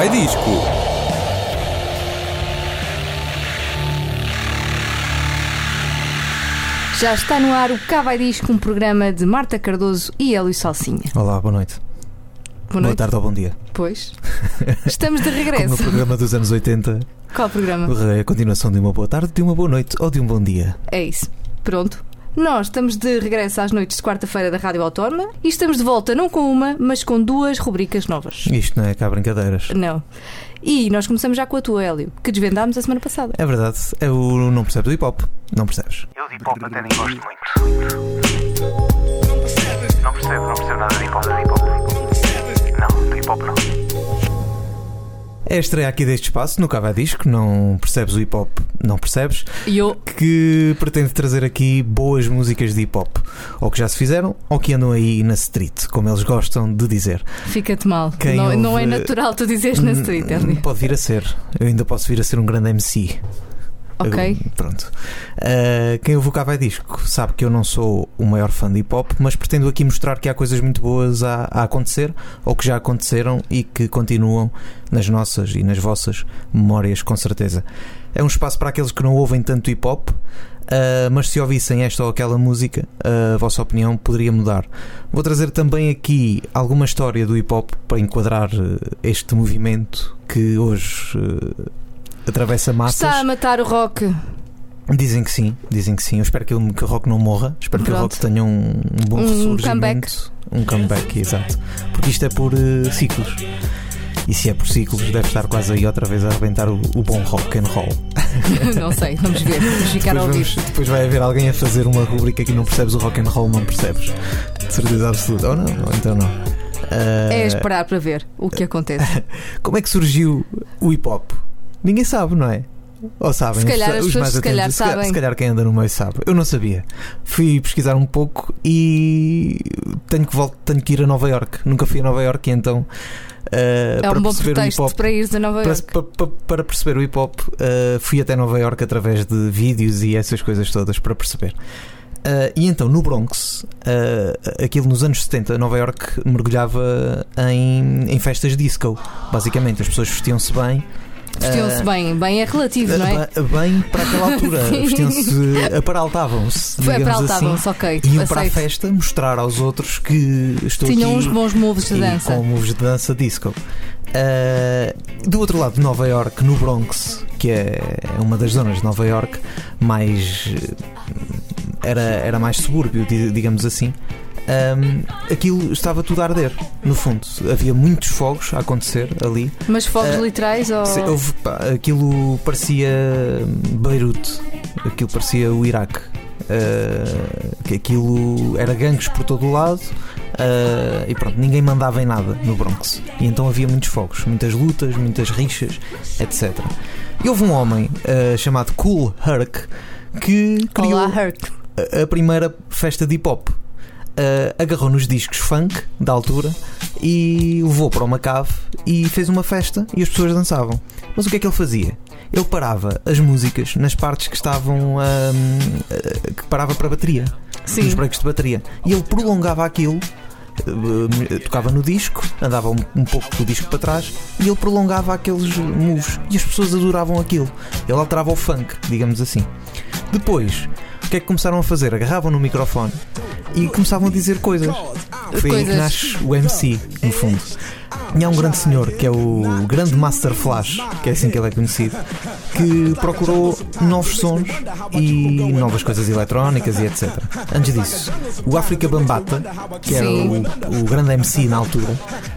Vai Disco. Já está no ar o Cá Vai Disco, um programa de Marta Cardoso e Hélio Salsinha. Olá, boa noite. Boa tarde ou bom dia. Pois. Estamos de regresso. Como no programa dos anos 80. Qual programa? A continuação de uma boa tarde, de uma boa noite ou de um bom dia. É isso. Pronto. Nós estamos de regresso às noites de quarta-feira da Rádio Autónoma e estamos de volta não com uma, mas com duas rubricas novas. Isto não é cá brincadeiras. Não. E nós começamos já com a tua, Hélio, que desvendámos a semana passada. É verdade. Eu não percebo do hip-hop. Não percebes? Eu de hip-hop até nem gosto muito. Não percebo nada de hip-hop. Não, de hip-hop não. É a estreia aqui deste espaço, no Cá Vai Disco. Não percebes o hip-hop, não percebes? Que pretende trazer aqui boas músicas de hip-hop. Ou que já se fizeram, ou que andam aí na street, como eles gostam de dizer. Fica-te mal. Não é natural tu dizeres na street, Hélio. Pode vir a ser. Eu ainda posso vir a ser um grande MC. Ok. Pronto. Quem ouve o Cá Vai Disco sabe que eu não sou o maior fã de hip-hop, mas pretendo aqui mostrar que há coisas muito boas a acontecer, ou que já aconteceram e que continuam nas nossas e nas vossas memórias, com certeza. É um espaço para aqueles que não ouvem tanto hip-hop, mas se ouvissem esta ou aquela música, a vossa opinião poderia mudar. Vou trazer também aqui alguma história do hip-hop para enquadrar este movimento que hoje atravessa massas. Está a matar o rock. Dizem que sim. Eu espero que o rock não morra. Espero que o rock tenha um bom ressurgimento. Um comeback, exato. Porque isto é por ciclos. E se é por ciclos, deve estar quase aí outra vez a arrebentar o bom rock and roll. Não sei, vamos ver. Vamos ficar a ouvir. Depois vai haver alguém a fazer uma rubrica que não percebes o rock and roll, não percebes. De certeza absoluta. Ou não, ou então não. É esperar para ver o que acontece. Como é que surgiu o hip-hop? Ninguém sabe, não é? Ou sabem? Se calhar as os pessoas mais se calhar atentos, sabem. Se calhar quem anda no meio sabe. Eu não sabia. Fui pesquisar um pouco e tenho que ir a Nova Iorque. Nunca fui a Nova Iorque, então é um bom pretexto para ires a Nova Iorque. Para perceber o hip-hop, fui até Nova Iorque através de vídeos e essas coisas todas para perceber. E então no Bronx, aquilo nos anos 70, Nova Iorque mergulhava em festas disco. Basicamente as pessoas vestiam-se bem. Vestiam-se bem é relativo, não é? Bem para aquela altura. Vestiam-se, aparaltavam-se. Aparaltavam-se, ok. Iam para a festa mostrar aos outros que estou tinham aqui. Tinham uns bons moves de dança. Com moves de dança disco. Do outro lado de Nova Iorque, no Bronx, que é uma das zonas de Nova Iorque mais era mais subúrbio, digamos assim. Aquilo estava tudo a arder, no fundo. Havia muitos fogos a acontecer ali. Mas fogos literais ou... Aquilo parecia Beirute. Aquilo parecia o Iraque. Que aquilo era gangues por todo o lado. E pronto, ninguém mandava em nada no Bronx. E então havia muitos fogos, muitas lutas, muitas rixas, etc. E houve um homem chamado Kool Herc que criou a primeira festa de hip-hop. Agarrou nos discos funk da altura e levou para uma cave e fez uma festa e as pessoas dançavam. Mas o que é que ele fazia? Ele parava as músicas nas partes que estavam que parava para a bateria. Sim. Nos breaks de bateria. E ele prolongava aquilo, tocava no disco, andava um pouco do disco para trás e ele prolongava aqueles moves e as pessoas adoravam aquilo. Ele alterava o funk, digamos assim. Depois, o que é que começaram a fazer? Agarravam no microfone e começavam a dizer coisas. Foi aí que nasce o MC, no fundo. E há um grande senhor, que é o grande Master Flash, que é assim que ele é conhecido, que procurou novos sons e novas coisas eletrónicas e etc. Antes disso, o Afrika Bambaataa, que era o grande MC na altura,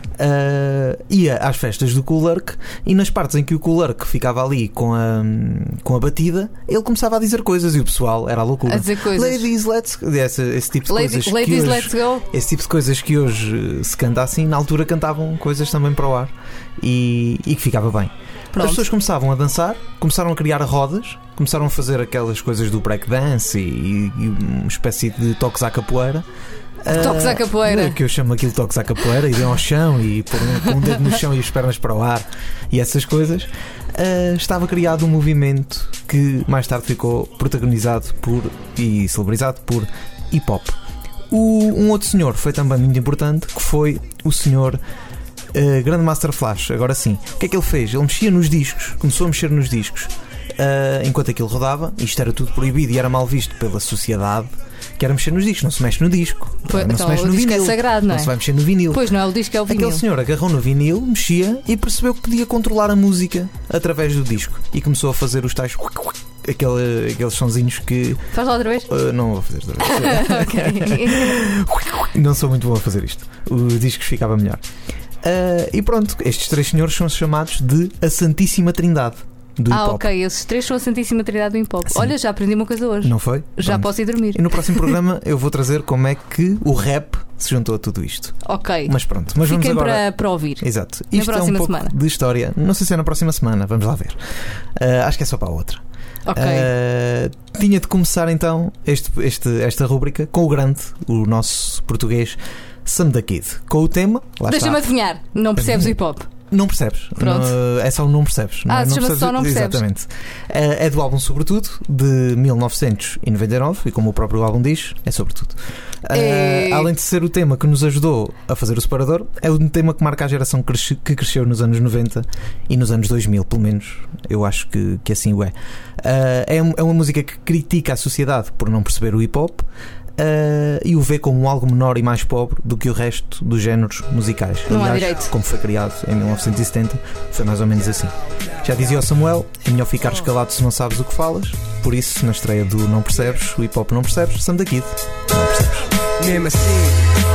ia às festas do Kool Herc e nas partes em que o Kool Herc ficava ali com a batida, ele começava a dizer coisas e o pessoal era a loucura. A dizer coisas. Ladies, let's go. Esse tipo de coisas. Ladies, let's go. Esse tipo de coisas que hoje se canta assim, na altura cantavam coisas também para o ar e que ficava bem. Pronto. As pessoas começavam a dançar, começaram a criar rodas, começaram a fazer aquelas coisas do breakdance e uma espécie de toques à capoeira. Toques à capoeira. Que eu chamo aquilo toques à capoeira, e ao chão e pôr com um dedo no chão e as pernas para o ar e essas coisas. Estava criado um movimento que mais tarde ficou protagonizado e celebrizado por hip hop. Um outro senhor foi também muito importante, que foi o senhor Grandmaster Flash, agora sim. O que é que ele fez? Ele mexia nos discos, começou a mexer nos discos enquanto aquilo rodava. Isto era tudo proibido e era mal visto pela sociedade, que era mexer nos discos. Não se mexe no disco, Pois, não então, se mexe o no disco vinil, é sagrado, não é? se vai mexer no vinil. Pois não é o disco, é o vinil. Aquele senhor agarrou no vinil, mexia e percebeu que podia controlar a música através do disco e começou a fazer os tais aqueles sonzinhos que... Faz lá outra vez? Não vou fazer outra vez. Ok. Não sou muito bom a fazer isto. Os discos ficava melhor. E pronto, estes três senhores são chamados de a Santíssima Trindade do hip-hop. Ok, esses três são a Santíssima Trindade do hip-hop. Sim. Olha, já aprendi uma coisa hoje. Não foi? Já Pronto. posso ir dormir. E no próximo programa eu vou trazer como é que o rap se juntou a tudo isto. Ok. Mas pronto, mas Fiquem vamos agora... para ouvir. Exato. Na Isto é um próxima pouco semana. de história. Não sei se é na próxima semana, vamos lá ver. Acho que é só para a outra. Ok. Tinha de começar então esta rúbrica com o grande, o nosso português Sam da Kid, com o tema. Lá Deixa-me está. adivinhar. Não percebes o hip-hop? Não percebes. Pronto. É só o não percebes. Ah, não chama-se só não percebes. Exatamente. É do álbum Sobretudo, de 1999, e como o próprio álbum diz, é Sobretudo. Além de ser o tema que nos ajudou a fazer o separador, é um tema que marca a geração que cresceu nos anos 90 e nos anos 2000, pelo menos. Eu acho que assim o é. É uma música que critica a sociedade por não perceber o hip-hop. E o vê como algo menor e mais pobre do que o resto dos géneros musicais. Não há Aliás, direito. como foi criado em 1970, foi mais ou menos assim. Já dizia o Samuel: é melhor ficar escalado se não sabes o que falas. Por isso, na estreia do Não Percebes, o hip hop não percebes, Sam da Kid, não percebes. Mesmo assim,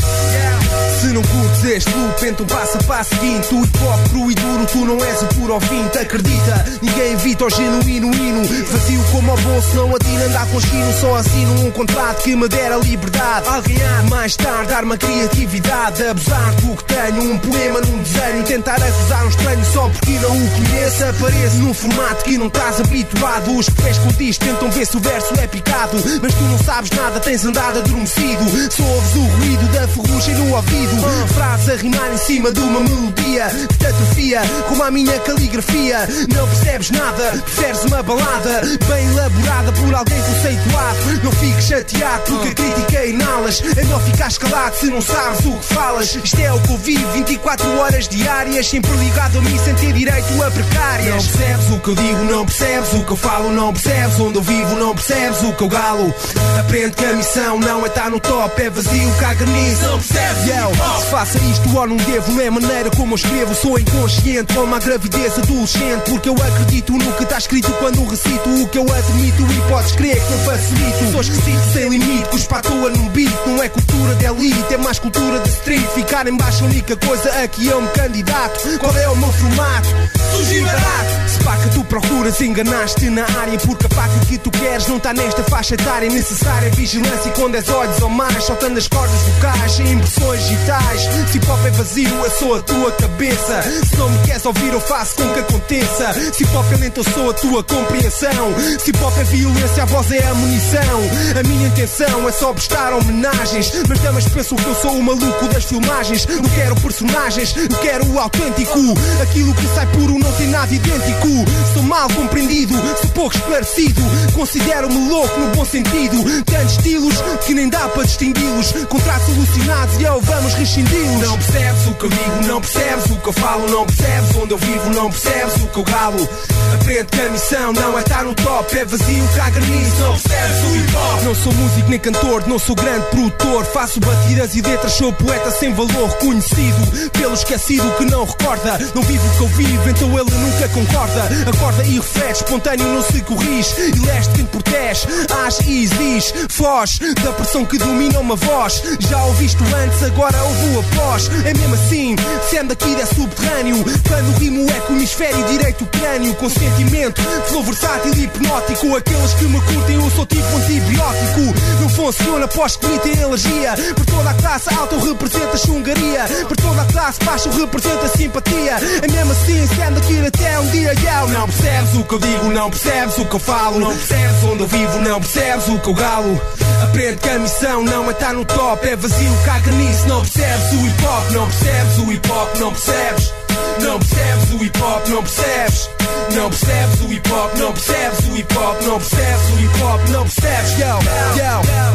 se não curtes este loop, então passa para a seguinte. O hip hop cru e duro, tu não és o puro ouvinte. Acredita, ninguém evita o genuíno hino. Vazio como o bolso, não atira andar com esquino. Só assino um contrato que me dera liberdade. Alguém há mais tarde dar-me a criatividade. Abusar do que tenho, um poema num desenho. Tentar acusar um estranho só porque não o conheço. Apareço num formato que não estás habituado. Os pés com disco tentam ver se o verso é picado, mas tu não sabes nada, tens andado adormecido. Só ouves o ruído da ferrugem no ouvido. Frase a rimar em cima de uma melodia que te atrofia como a minha caligrafia. Não percebes nada, preferes uma balada bem elaborada por alguém conceituado. Não fiques chateado porque a crítica é inalas. É melhor ficar escalado se não sabes o que falas. Isto é o que eu vivo 24 horas diárias, sempre ligado a mim sem ter direito a precárias. Não percebes o que eu digo, não percebes o que eu falo, não percebes onde eu vivo, não percebes o que eu galo. Aprende que a missão não é estar no top, é vazio, caga nisso, não percebes? Se faça isto ou não devo, não é a maneira como eu escrevo. Sou inconsciente como a gravidez adolescente, porque eu acredito no que está escrito quando recito o que eu admito. E podes crer que eu facilito. Sou esquisito sem limite, cuspa à toa num beat. Não é cultura de elite, é mais cultura de street. Ficar em baixo é a única coisa a que eu me candidato. Qual é o meu formato? Surgir barato. Se pá que tu procuras, enganaste na área, porque a faca que tu queres não está nesta faixa etária. Necessária vigilância com 10 olhos ou mais, soltando as cordas vocais em impressões digitais. Se hip hop é vazio, eu sou a tua cabeça. Se não me queres ouvir, eu faço com que aconteça. Se hip hop é lento, eu sou a tua compreensão. Se hip hop é violência, a voz é a munição. A minha intenção é só prestar homenagens, mas damas pensam que eu sou o maluco das filmagens. Não quero personagens, eu quero o autêntico. Aquilo que sai puro não tem nada idêntico. Sou mal compreendido, sou pouco esclarecido. Considero-me louco no bom sentido. Tantos estilos que nem dá para distingui-los. Contratos alucinados e eu vamos rescindi-los. Não percebes o que eu digo, não percebes o que eu falo, não percebes onde eu vivo, não percebes o que eu galo. Aprende que a missão não é estar no top, é vazio, caga nisso, não percebes o hip hop. Não sou músico nem cantor, não sou grande produtor. Faço batidas e letras, sou poeta sem valor reconhecido pelo esquecido que não recorda. Não vivo o que eu vivo, então ele nunca concorda. Acorda e reflete, espontâneo não se corrige. E leste quem protege, age e exige. Foge da pressão que domina uma voz. Já ouviste antes, agora ouvo após. É mesmo assim, sendo aqui é subterrâneo. Quando rimo é com o hemisfério direito crânio. Com sentimento, flow versátil e hipnótico. Aqueles que me curtem eu sou tipo antibiótico. Não funciona após que me tem alergia. Por toda a classe alta eu represento a chungaria. Por toda a classe baixa eu represento a simpatia. É mesmo assim, sendo aqui até um dia eu. Não percebes o que eu digo, não percebes o que eu falo, não percebes onde eu vivo, não percebes o que eu galo. Aprende que a missão não é estar no top, é vazio, caga nisso, não percebes o hip hop, não percebes o hip hop, não percebes. Não percebes o hip hop, não percebes. Não percebes o hip hop, não percebes o hip hop, não percebes o hip hop, não percebes.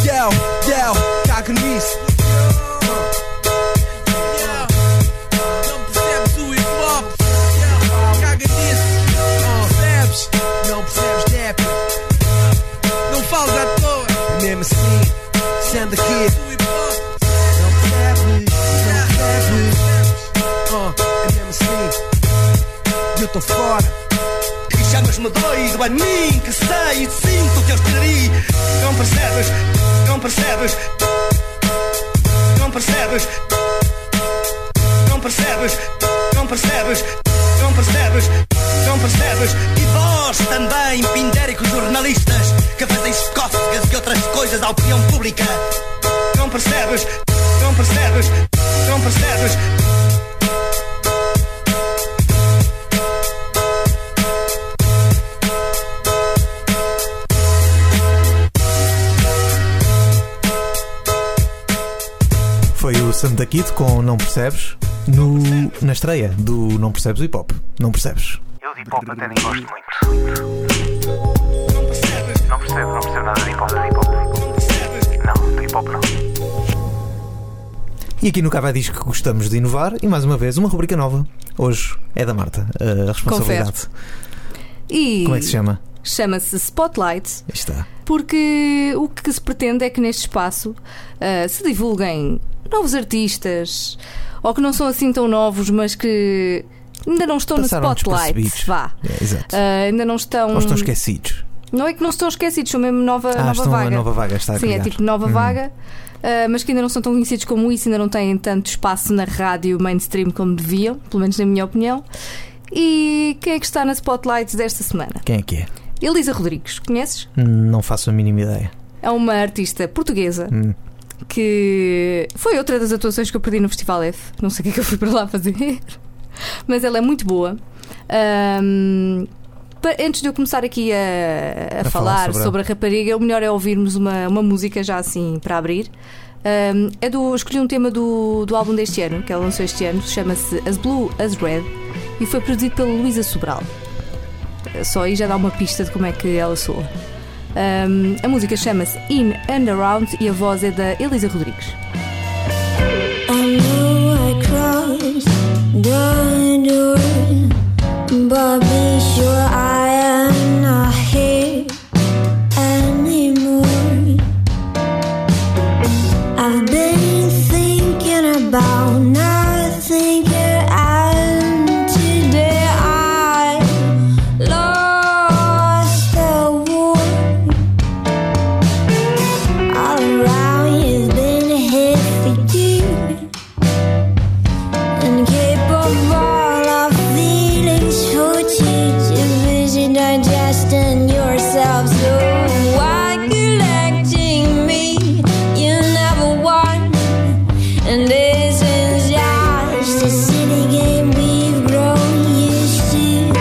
Caga nisso. estou fora. E chamas-me doido a mim, que sei e sinto o teu estirari. Não percebes, não percebes, não percebes, não percebes, não percebes, não percebes, não percebes. E vós também, pindéricos jornalistas, que fazem cócegas e outras coisas à opinião pública. Não percebes, não percebes, não percebes. Foi o Sam da Kid com Não Percebes na estreia do Não Percebes o Hip Hop. Não percebes? Eu de hip hop até nem gosto muito. Não percebes, Não percebo nada de hip hop. não percebes. Não, de hip hop não. E aqui no Cava diz que gostamos de inovar e mais uma vez uma rubrica nova. Hoje é da Marta, a responsabilidade. E Como é que se chama? chama-se Spotlight. Aí está. Porque o que se pretende é que neste espaço se divulguem novos artistas ou que não são assim tão novos, mas que ainda não estão Passaram no spotlight. despercebidos. Vá. Exato. Ainda não estão. Ou estão esquecidos. Não é que não estão esquecidos, são mesmo nova Estão vaga. a nova vaga, está a Sim, é criar. tipo nova vaga, mas que ainda não são tão conhecidos como isso, ainda não têm tanto espaço na rádio mainstream como deviam, pelo menos na minha opinião. E quem é que está na Spotlight desta semana? Quem é que é? Elisa Rodrigues, conheces? Não faço a mínima ideia. É uma artista portuguesa que foi outra das atuações que eu perdi no Festival F. Não sei o que é que eu fui para lá fazer, mas ela é muito boa. Antes de eu começar aqui a falar sobre a rapariga, o melhor é ouvirmos uma música já assim para abrir. Escolhi um tema do álbum deste ano, que ela lançou este ano, chama-se As Blue as Red e foi produzido pela Luísa Sobral. Só aí já dá uma pista de como é que ela soa. A música chama-se In and Around e a voz é da Elisa Rodrigues. I know I crossed the door, but be sure I am not here anymore. I've been thinking about nothing here, and today I lost the war. All around you've been here for you, incapable of feelings for you, digesting yourself. So why collecting me? You never won, and this is just a silly game we've grown used to.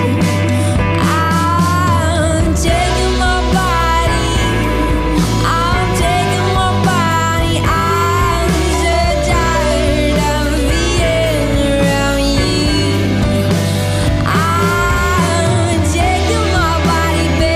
I'm taking my body, I'm taking my body. I'm so tired of being around you. I'm taking my body, baby.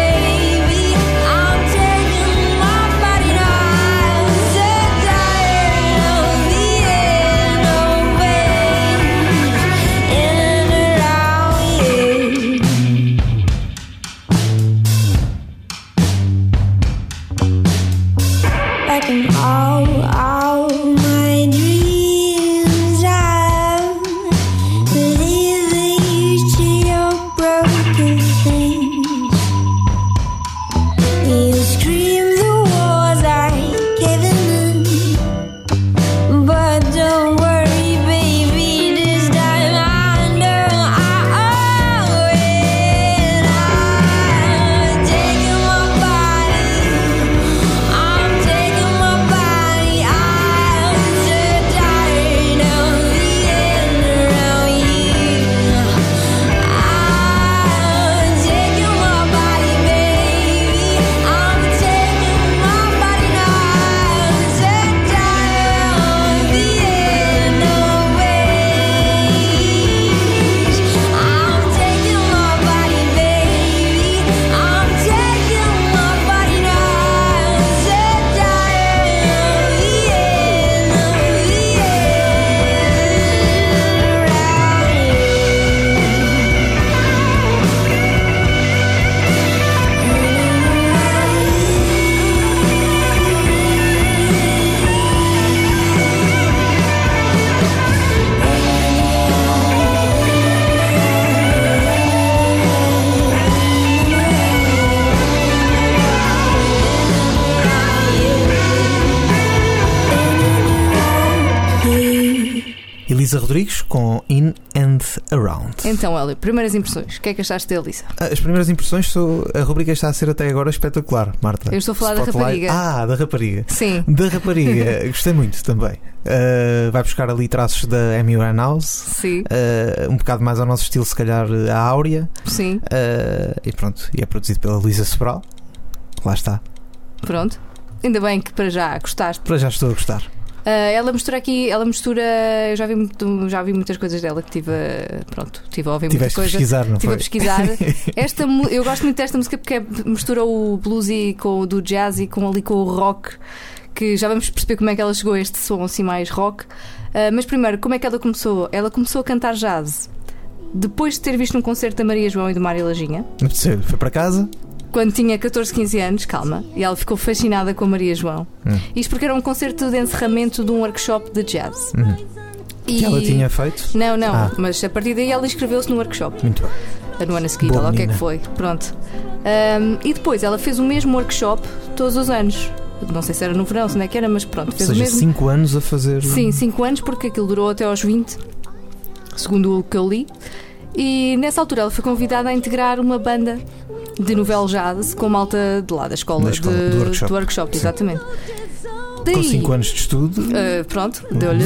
Elisa Rodrigues com In and Around. Então, Hélio, primeiras impressões. O que é que achaste da Elisa? As primeiras impressões, a rubrica está a ser até agora espetacular, Marta. Eu estou a falar da rapariga. Da rapariga. Sim. Da rapariga, gostei muito também. Vai buscar ali traços da Amy Winehouse. Sim. Um bocado mais ao nosso estilo, se calhar a Áurea. Sim. E pronto, e é produzido pela Luísa Sobral. Lá está. Pronto. Ainda bem que para já gostaste. Para já estou a gostar. Ela mistura, eu já vi muitas coisas dela que tive a ouvir muitas coisas. Estive a pesquisar. Eu gosto muito desta música porque mistura o bluesy do jazz e com o rock, que já vamos perceber como é que ela chegou a este som assim mais rock. Mas primeiro, como é que ela começou? Ela começou a cantar jazz depois de ter visto um concerto da Maria João e do Mário Lajinha. Foi para casa? Quando tinha 14, 15 anos, calma, e ela ficou fascinada com a Maria João. Isto porque era um concerto de encerramento de um workshop de jazz. Que ela tinha feito? Não, mas a partir daí ela inscreveu-se no workshop. Muito bem. No ano a seguir, o que é que foi? Pronto. E depois ela fez o mesmo workshop todos os anos. Não sei se era no verão, se não é que era, mas pronto. Ou seja, 5 anos a fazer. Sim, 5 anos, porque aquilo durou até aos 20, segundo o que eu li. E nessa altura ela foi convidada a integrar uma banda de novel jazz com malta de lá da escola, do workshop, exatamente. Daí, com 5 anos de estudo. Pronto, deu-lhe.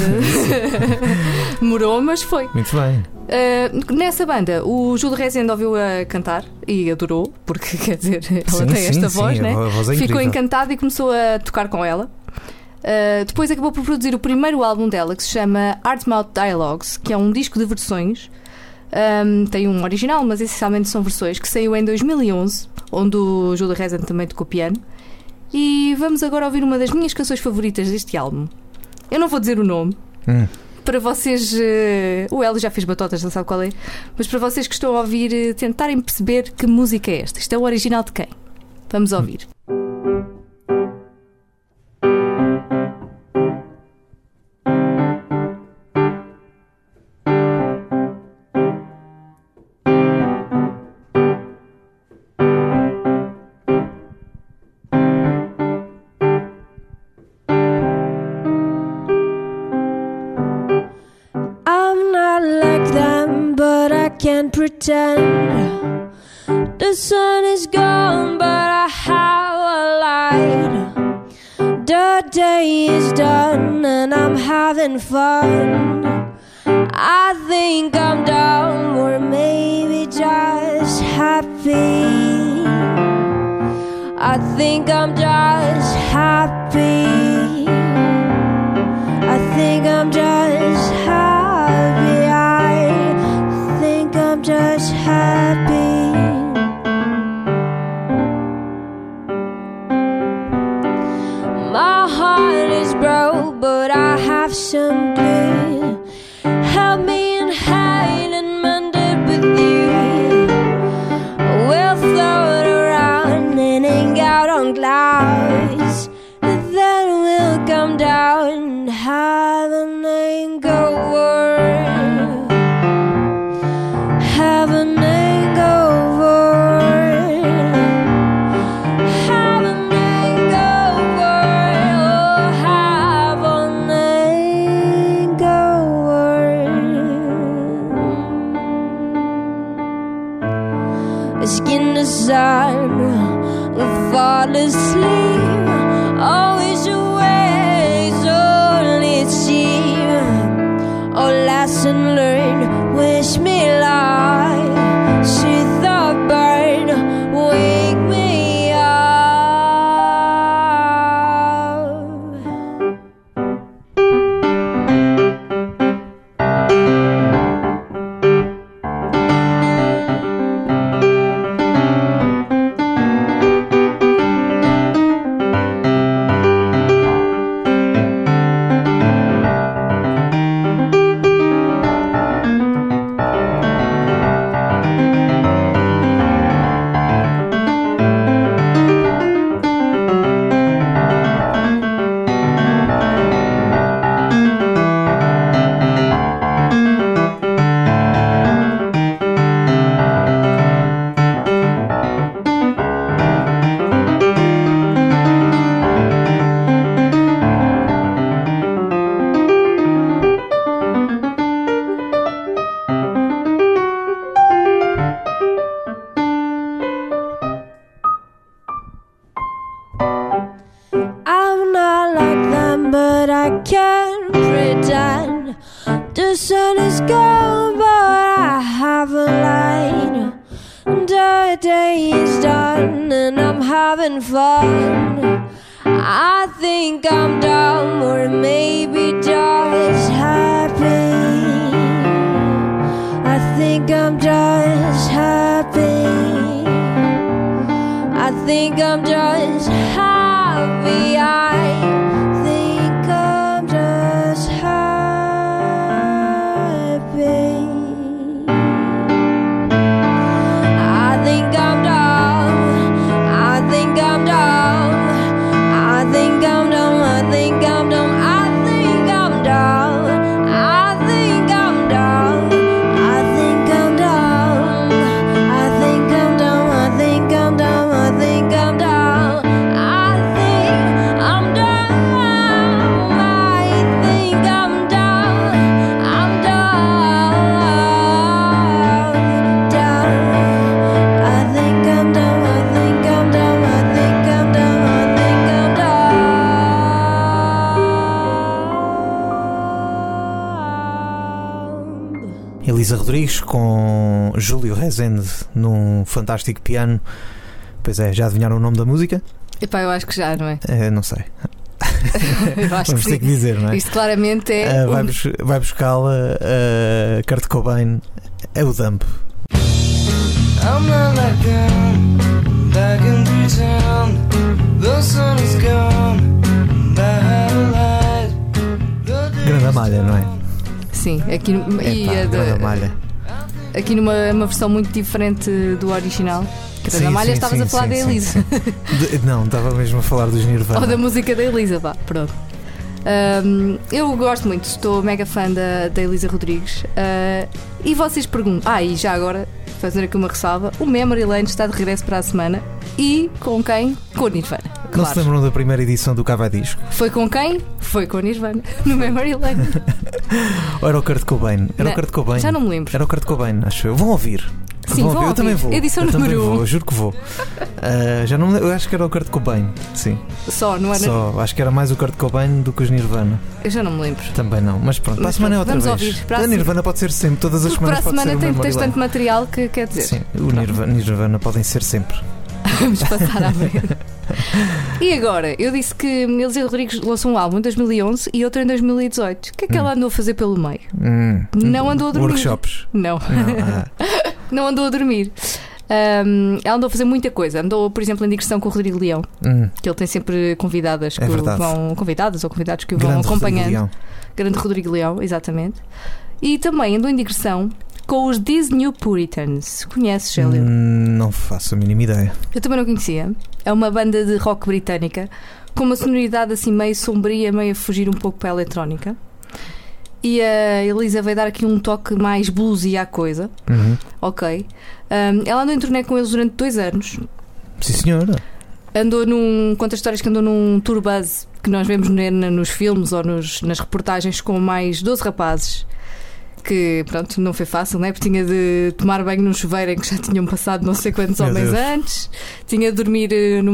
Demorou, mas foi. Muito bem. Nessa banda, o Júlio Rezende ouviu-a cantar e adorou, porque quer dizer, ela tem esta voz, né? Ficou encantado e começou a tocar com ela. Depois acabou por produzir o primeiro álbum dela, que se chama Heartmouth Dialogues, que é um disco de versões. Tem um original, mas essencialmente são versões, que saiu em 2011, onde o Júlio Rezende também tocou piano. E vamos agora ouvir uma das minhas canções favoritas deste álbum. Eu não vou dizer o nome, para vocês. O Hélio já fez batotas, não sabe qual é, mas para vocês que estão a ouvir, tentarem perceber que música é esta. Isto é o original de quem? Vamos ouvir. Pretend the sun is gone, but I have a light. The day is done and I'm having fun. I think I'm done, or maybe just happy. I think I'm just happy. I think I'm just happy. I'm just happy. My heart is broke, but I have some glue. Help me in hide and mend it with you. We'll float around and hang out on clouds. Then we'll come down and have an hangover. Have an hangover. Have an hangover. Oh, have an hangover. Skin the sun, we'll fall asleep. Always always only it seems. Oh, lesson learned, wish me luck. She thought burn, wake me up. the day is done and I'm having fun. I think I'm dumb or maybe just happy. I think I'm just happy. I think I'm just happy. I think I'm just happy. I think I'm dumb. I think I'm dumb. I think I'm dumb. I think I'm dumb. I think I'm dumb. I think I'm dumb. I think I'm dumb. I think I'm dumb. I think I'm dumb. I think I'm dumb. I think I'm dumb. I think I'm dumb. I'm dumb. Dumb. I think I'm dumb. I think I'm dumb. I think I'm dumb. I think I'm dumb. Elisa Rodrigues com Júlio Rezende num fantástico piano. Pois é, já adivinharam o nome da música? Epá, eu acho que já, não é? Não sei. Eu acho Vamos que ter sim. que dizer, não é? Isto claramente é. Vai buscá-la Kurt Cobain. É o Dump. I'm not like them, back in town. The sun is gone, that light. Grande malha, não é? Sim, aqui, e Epá, a grande malha. aqui numa versão muito diferente do original. Que da Malha estavas a falar da Elisa. Não, estava mesmo a falar dos Nirvana. Ou da música da Elisa, vá, pronto. Eu gosto muito, estou mega fã da Elisa Rodrigues. E vocês perguntam, e já agora, fazer aqui uma ressalva: o Memory Lane está de regresso para a semana. E com quem? Com o Nirvana. Não se lembram da primeira edição do Cava Disco? Foi com quem? Foi com o Nirvana, no Memory Lane. Ou era o Kurt Cobain? Era o Kurt Cobain. Já não me lembro. Era o Kurt Cobain, acho eu. Vão ouvir. Sim, vão ouvir. Eu também vou. Edição eu número também 1. vou, juro que vou. Já não, eu acho que era o Kurt Cobain. Sim. Só, não era? Só, acho que era mais o Kurt Cobain do que os Nirvana. Eu já não me lembro. Também não, mas pronto, para a Mas semana é outra vamos vez. ouvir. Para A Nirvana pode ser sempre, todas as semanas Para a pode semana ser o tens Memory tanto material que quer dizer. Sim, o Nirvana podem ser sempre. Vamos passar à frente. E agora, eu disse que Elisa Rodrigues lançou um álbum em 2011 e outro em 2018. O que é que ela andou a fazer pelo meio? Não andou a dormir. Workshops. Não. Não andou a dormir. Ela andou a fazer muita coisa. Andou, por exemplo, em digressão com o Rodrigo Leão, que ele tem sempre convidadas que vão, convidadas ou convidados que o vão acompanhando. Grande Rodrigo Leão, exatamente. E também andou em digressão com os These New Puritans. Conheces, Hélio? Não faço a mínima ideia. Eu também não conhecia. É uma banda de rock britânica com uma sonoridade assim meio sombria, meio a fugir um pouco para a eletrónica. E a Elisa vai dar aqui um toque mais bluesy à coisa. Ok. Ela andou em turnê com eles durante 2 anos. Sim, senhora. Conta histórias que andou num tour buzz que nós vemos nos filmes ou nas reportagens com mais 12 rapazes. Que, pronto, não foi fácil, não é? Porque tinha de tomar banho num chuveiro em que já tinham passado não sei quantos homens antes. Tinha de dormir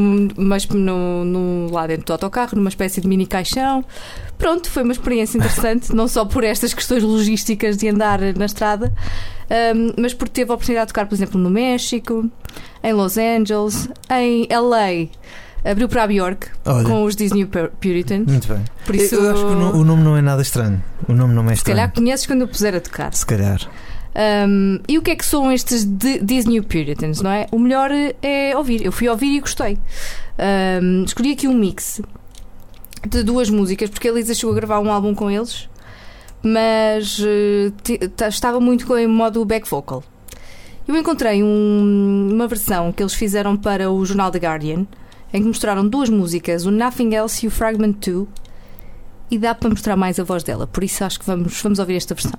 lá dentro do autocarro, numa espécie de mini caixão. Pronto, foi uma experiência interessante, não só por estas questões logísticas de andar na estrada, mas porque teve a oportunidade de tocar, por exemplo, no México, em Los Angeles, em LA. Abriu para a Bjork. Olha, com os Disney Puritans. Muito bem. Por isso, eu acho que o nome não é nada estranho. O nome não é estranho. Se calhar conheces quando eu puser a tocar. Se calhar. E o que é que são estes Disney Puritans, não é? O melhor é ouvir. Eu fui ouvir e gostei. Escolhi aqui um mix de 2 músicas, porque a Elisa chegou a gravar um álbum com eles, mas estava muito em modo back vocal. Eu encontrei uma versão que eles fizeram para o jornal The Guardian, em que mostraram 2 músicas, o Nothing Else e o Fragment 2, e dá para mostrar mais a voz dela, por isso acho que vamos ouvir esta versão.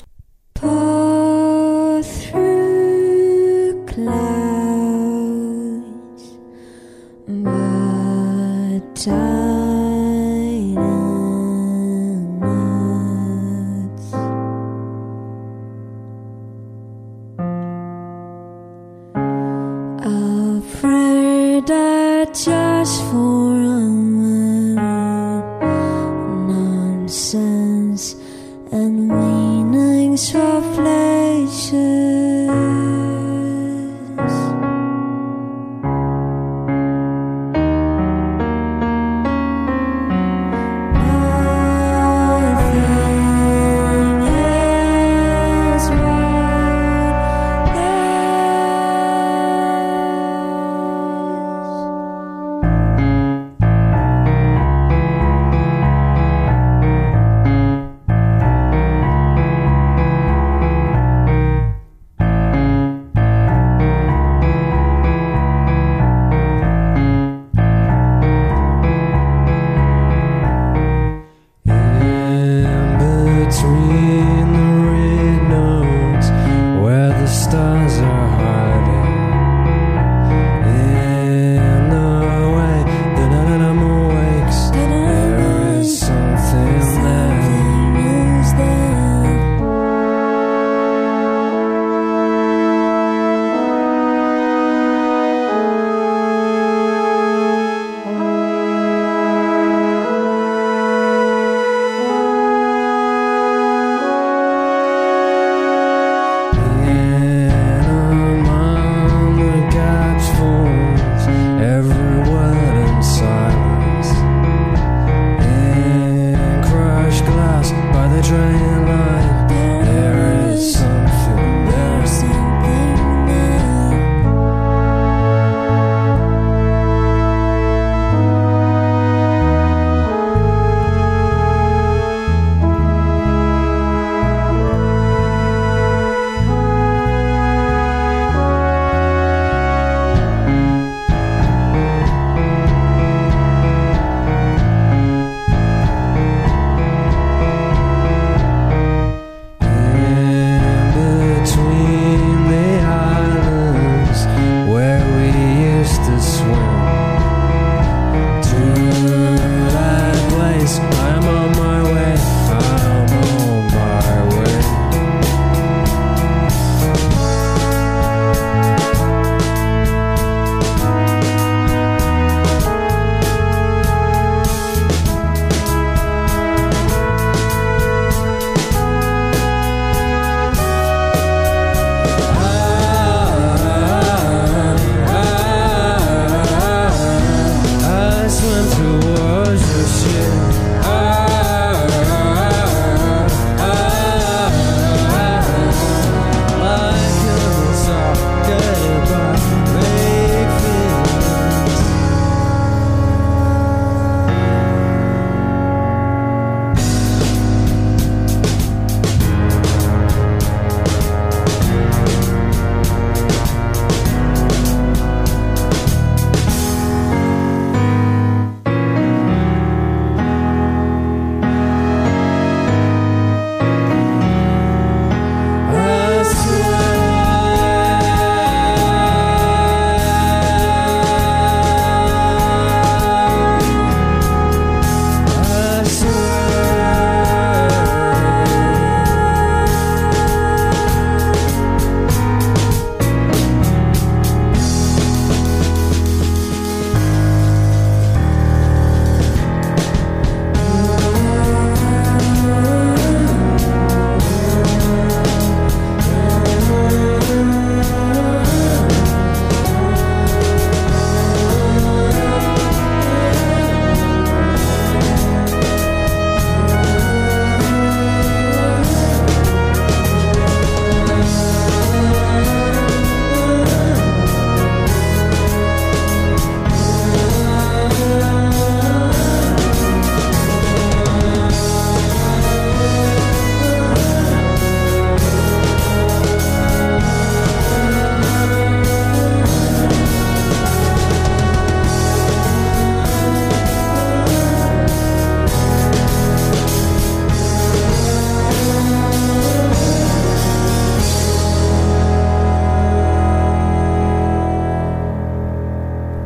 Pour through clouds, but dynamite. Afraid that just for a minute, nonsense and meanings of places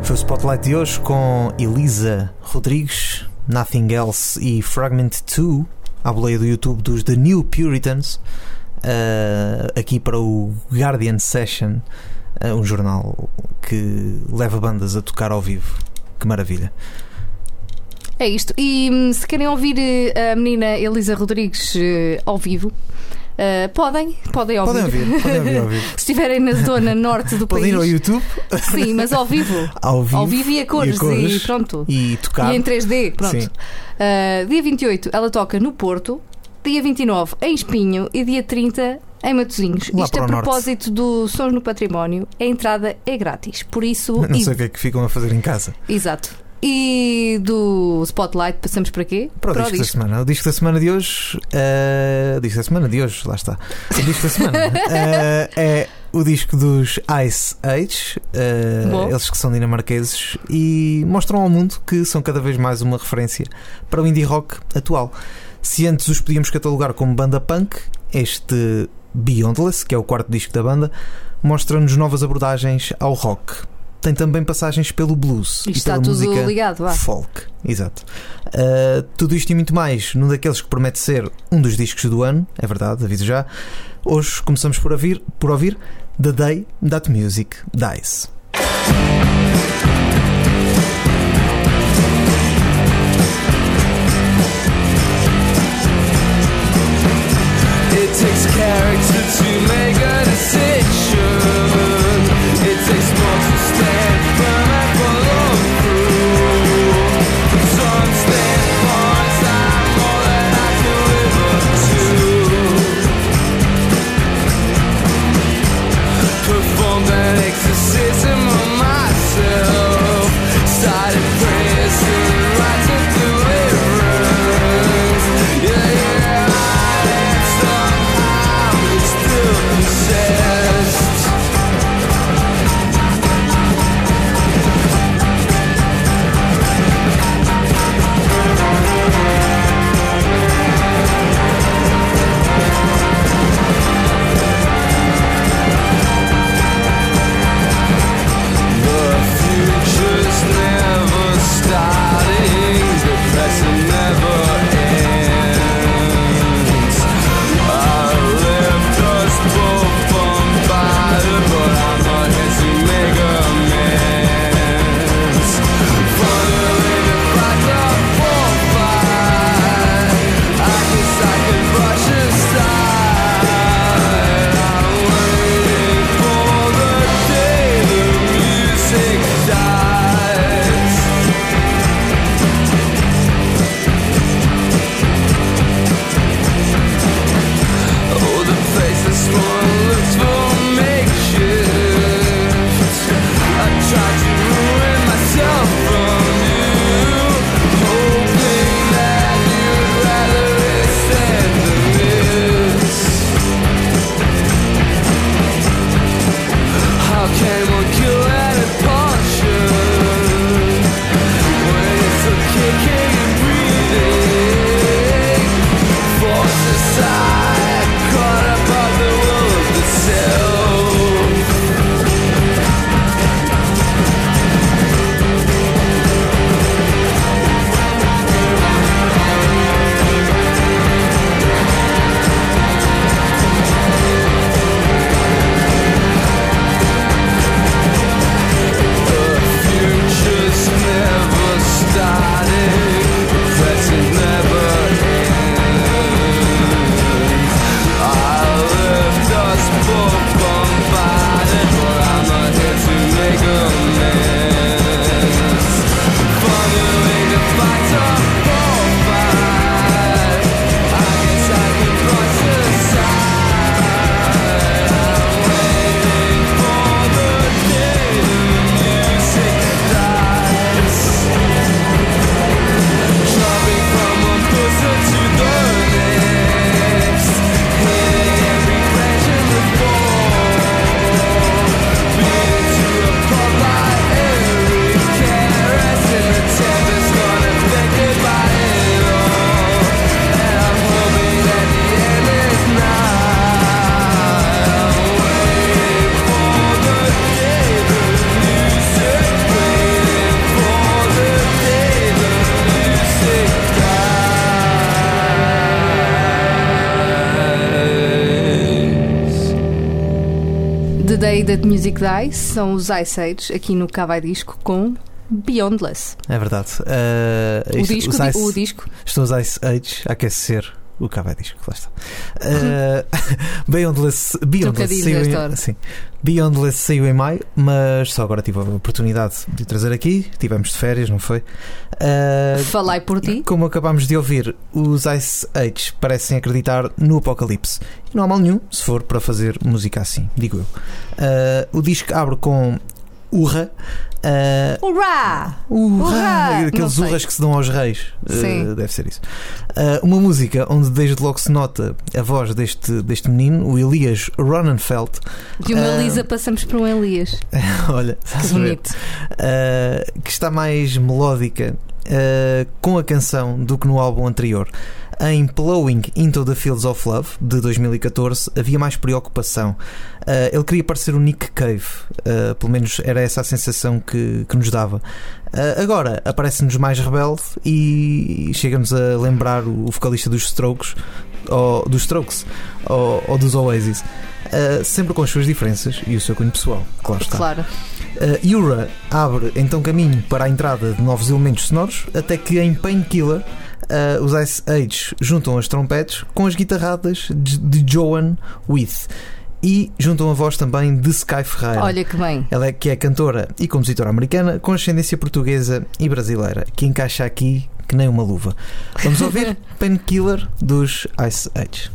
Foi o Spotlight de hoje com Elisa Rodrigues, Nothing Else e Fragment 2, à boleia do YouTube dos The New Puritans, aqui para o Guardian Session, um jornal que leva bandas a tocar ao vivo. Que maravilha. É isto. E se querem ouvir a menina Elisa Rodrigues ao vivo, podem ouvir. Se estiverem na zona norte do país. Podem ir ao YouTube. Sim, mas ao vivo. Ao vivo e a cores. E pronto. E tocar. E em 3D. Pronto. Dia 28 ela toca no Porto. Dia 29 em Espinho. E dia 30 em Matosinhos. Lá isto a propósito do Sons no Património. A entrada é grátis. Por isso. Não sei o que é que ficam a fazer em casa. Exato. E do Spotlight passamos para quê? Para o disco da semana. O disco da semana de hoje. O disco da semana de hoje, lá está. O disco da semana é o disco dos Ice Age, eles que são dinamarqueses e mostram ao mundo que são cada vez mais uma referência para o indie rock atual. Se antes os podíamos catalogar como banda punk, este Beyondless, que é o quarto disco da banda, mostra-nos novas abordagens ao rock. Tem também passagens pelo blues e está pela tudo música ligado, folk. Exato. Tudo isto e muito mais num daqueles que promete ser um dos discos do ano. É verdade, aviso já. Hoje começamos por ouvir The Day That Music Dies. It takes character to make a decision. It takes more to stand firm and follow through. Some stand points are more than I can live up to. Performed an exorcism on myself. Started prayers and writing through lyrics. Yeah, I am somehow still the same. That Music Dies são os Ice Age aqui no Cá Vai Disco com Beyondless. É verdade. O disco. Estão os Ice Age a aquecer o Cá Vai Disco. Lá está. Beyondless saiu em maio, mas só agora tive a oportunidade de trazer aqui. Tivemos de férias, não foi? Falai por ti. Como acabámos de ouvir, os Ice Age parecem acreditar no apocalipse. E não há mal nenhum se for para fazer música assim, digo eu. O disco abre com Urra. Urra! Aqueles urras que se dão aos reis. Sim. Deve ser isso. Uma música onde desde logo se nota a voz deste menino, o Elias Ronenfeld. De uma Elisa passamos para um Elias. Olha, que bonito. Que está mais melódica com a canção do que no álbum anterior. Em Plowing Into the Fields of Love, de 2014, havia mais preocupação. Ele queria parecer o Nick Cave, pelo menos era essa a sensação que nos dava. Agora aparece-nos mais rebelde e chega-nos a lembrar o vocalista dos Strokes, ou dos Oasis, sempre com as suas diferenças e o seu cunho pessoal, claro está. Claro. Ura abre então caminho para a entrada de novos elementos sonoros, até que em Painkiller os Ice Age juntam as trompetes com as guitarradas de Joan With e juntam a voz também de Sky Ferreira. Olha que bem. Ela que é cantora e compositora americana com ascendência portuguesa e brasileira, que encaixa aqui que nem uma luva. Vamos ouvir Painkiller dos Ice Age.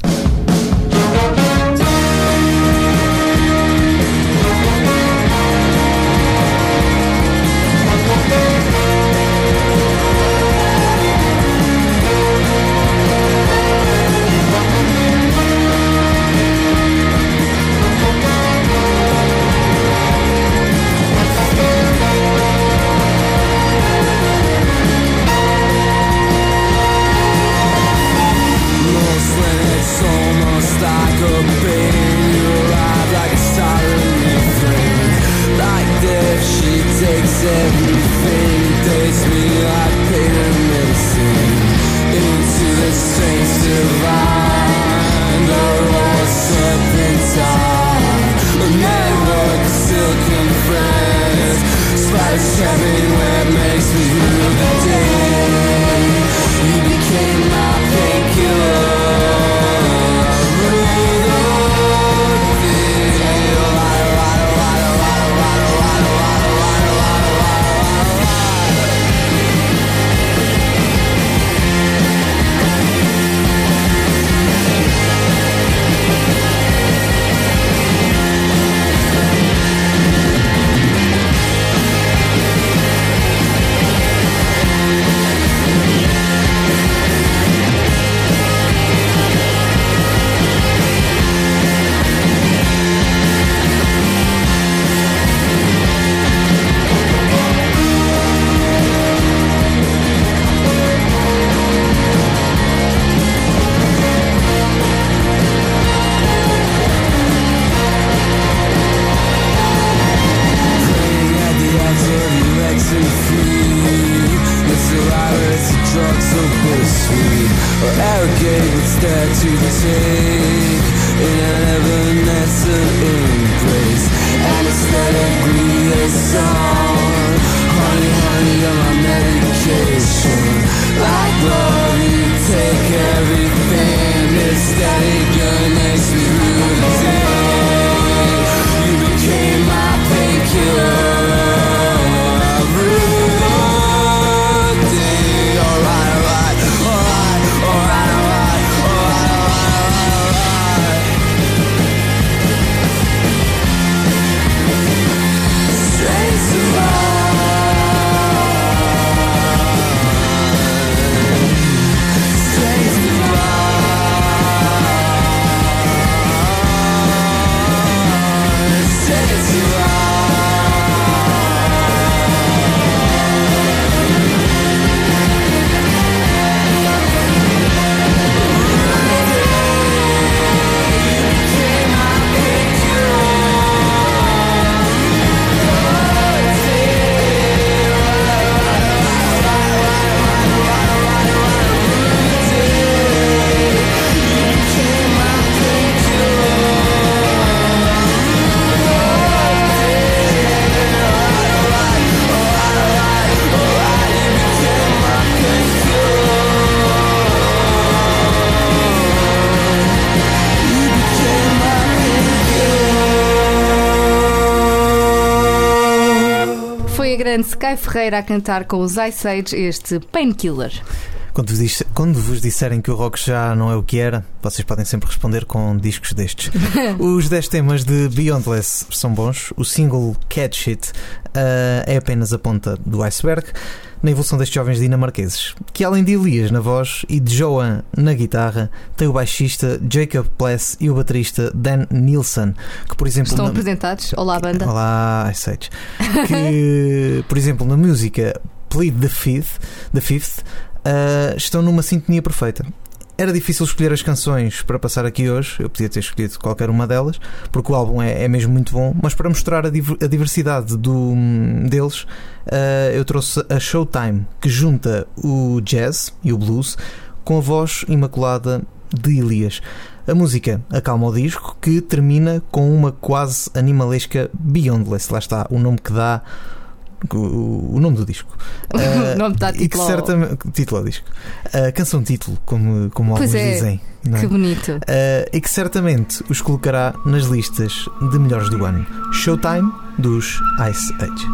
foi a grande Sky Ferreira a cantar com os Ice Age este Painkiller. Quando vos disserem que o rock já não é o que era, vocês podem sempre responder com discos destes. Os 10 temas de Beyondless são bons. O single Catch It é apenas a ponta do iceberg na evolução destes jovens dinamarqueses, que além de Elias na voz e de Johan na guitarra, tem o baixista Jacob Pless e o baterista Dan Nilsson, que por exemplo... Estão apresentados. Olá, banda. Olá, Ice Age. Que, por exemplo, na música Plead the Fifth, estão numa sintonia perfeita. Era difícil escolher as canções para passar aqui hoje. Eu podia ter escolhido qualquer uma delas, porque o álbum é mesmo muito bom. Mas para mostrar a diversidade deles, eu trouxe a Showtime, que junta o jazz e o blues com a voz imaculada de Elias. A música acalma o disco, que termina com uma quase animalesca Beyondless. Lá está o nome que dá o nome do disco. O nome dá título ao disco. Canção título, como alguns dizem. Não é? Que bonito. E que certamente os colocará nas listas de melhores do ano. Showtime dos Ice Age.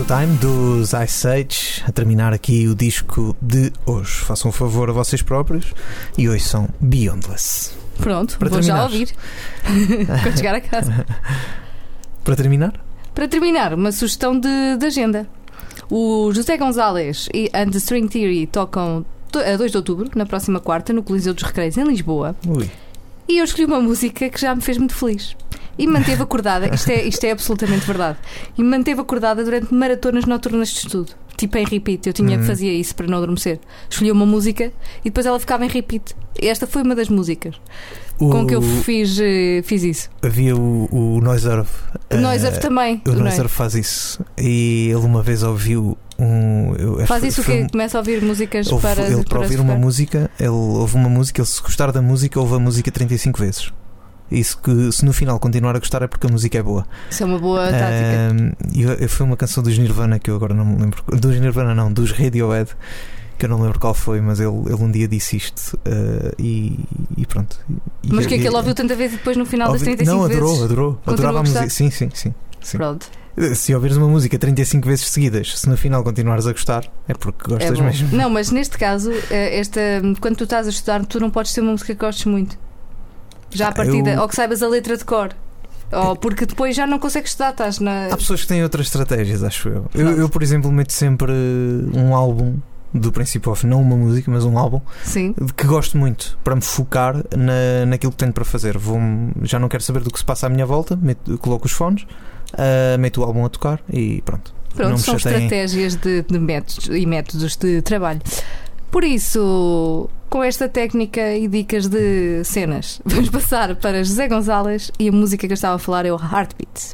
Time dos Ice Age, a terminar aqui o disco de hoje. Façam um favor a vocês próprios e hoje são Beyondless. Pronto, Para vou terminar. já ouvir quando chegar a casa. Para terminar? Para terminar, uma sugestão de agenda. O José Gonzalez e And the String Theory tocam a 2 de outubro, na próxima quarta, no Coliseu dos Recreios, em Lisboa. Ui. E eu escolhi uma música que já me fez muito feliz. E me manteve acordada, isto é absolutamente verdade. E me manteve acordada durante maratonas noturnas de estudo. Tipo em repeat, fazia isso para não adormecer. Escolhia uma música e depois ela ficava em repeat. Esta foi uma das músicas com que eu fiz isso. Havia o Noise Earth. O Noise Earth também. O Noise Earth faz isso. E ele uma vez ouviu faz isso o quê? Começa a ouvir músicas para ouvir uma música. Ele ouve uma música, ele, se gostar da música, ouve a música 35 vezes. Isso que, se no final continuar a gostar, é porque a música é boa. Isso é uma boa tática. Foi uma canção dos Nirvana que eu agora não me lembro. Dos Nirvana não, dos Radiohead, que eu não lembro qual foi, mas ele um dia disse isto e pronto. Mas que ele ouviu tanta vez e depois no final das 35 vezes? Não, adorou. Adorava a música. Sim. Pronto. Se ouvires uma música 35 vezes seguidas, se no final continuares a gostar, é porque gostas mesmo. Não, mas neste caso, quando tu estás a estudar, tu não podes ter uma música que gostes muito. Já à partida, ou que saibas a letra de cor. Ou porque depois já não consegues estudar, estás na... Há pessoas que têm outras estratégias, acho eu. Eu, por exemplo, meto sempre um álbum do princípio ao fim, não uma música, mas um álbum. Sim. Que gosto muito, para me focar naquilo que tenho para fazer. Já não quero saber do que se passa à minha volta, coloco os fones, meto o álbum a tocar e pronto. Pronto, são estratégias de métodos de trabalho. Por isso, com esta técnica e dicas de cenas, vamos passar para José Gonzalez e a música que eu estava a falar é o Heartbeat.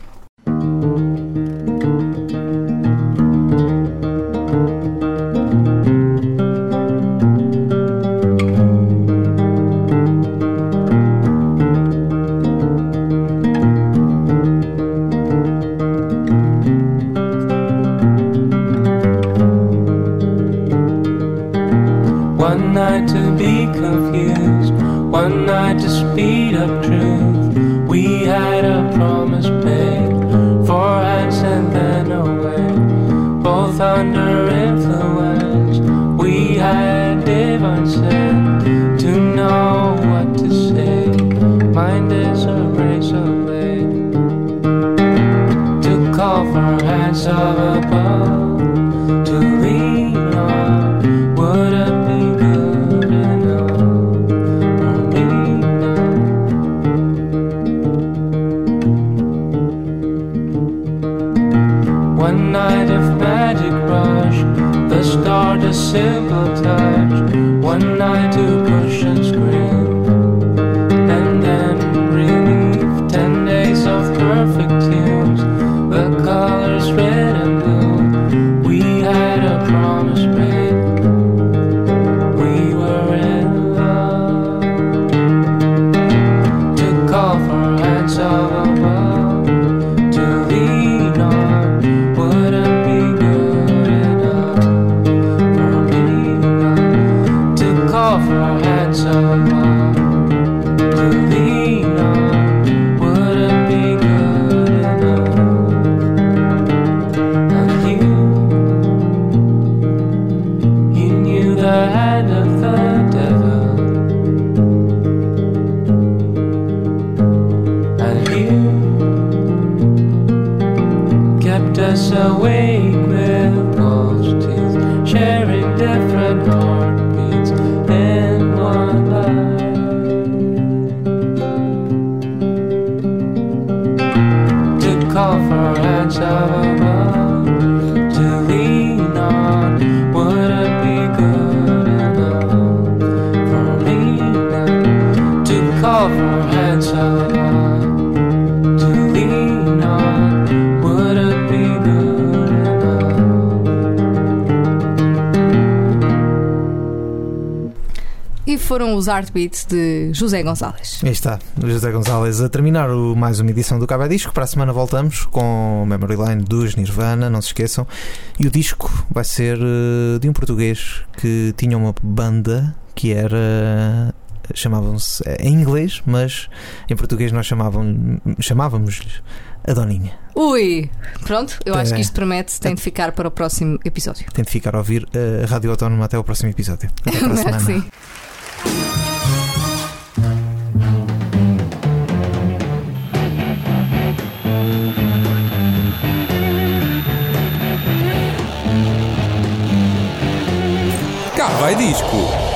One night to be confused, one night to speed up truth. We had a promise made, 4 hands and then away. Both under influence, we had divine sense to know what to say. Mind is a razor blade to call for hands of above, to lean on. Would it be good enough for me now? One night of magic rush, the start a simple touch. One night to push and scream, and then relief. 10 days of perfect tunes, the colors red and blue. We had a promise made, we were in love. To call for hands of above, to lean on. Would it be good enough for me now? To call for hands of above, to lean on. Would it be good enough? And you knew the hand of the devil, and you kept us awake with false teeth, sharing different heartbeats in one life. To call for hands of above, to lean on. Would it be good enough for me now? To call for hands of above, to lean on. Would it be good enough? E foram os Heartbeats de José Gonzalez. Aí está, o José Gonzalez a terminar mais uma edição do Cabo é Disco. Para a semana voltamos com Memory Lane dos Nirvana, não se esqueçam. E o disco vai ser de um português que tinha uma banda que era chamavam-se em inglês, mas em português nós chamávamos-lhes a Doninha. Ui, pronto, eu acho que isto promete, tem de ficar para o próximo episódio. Tem de ficar a ouvir a Rádio Autónoma até o próximo episódio. Até para a semana. Sim. Cá vai disco.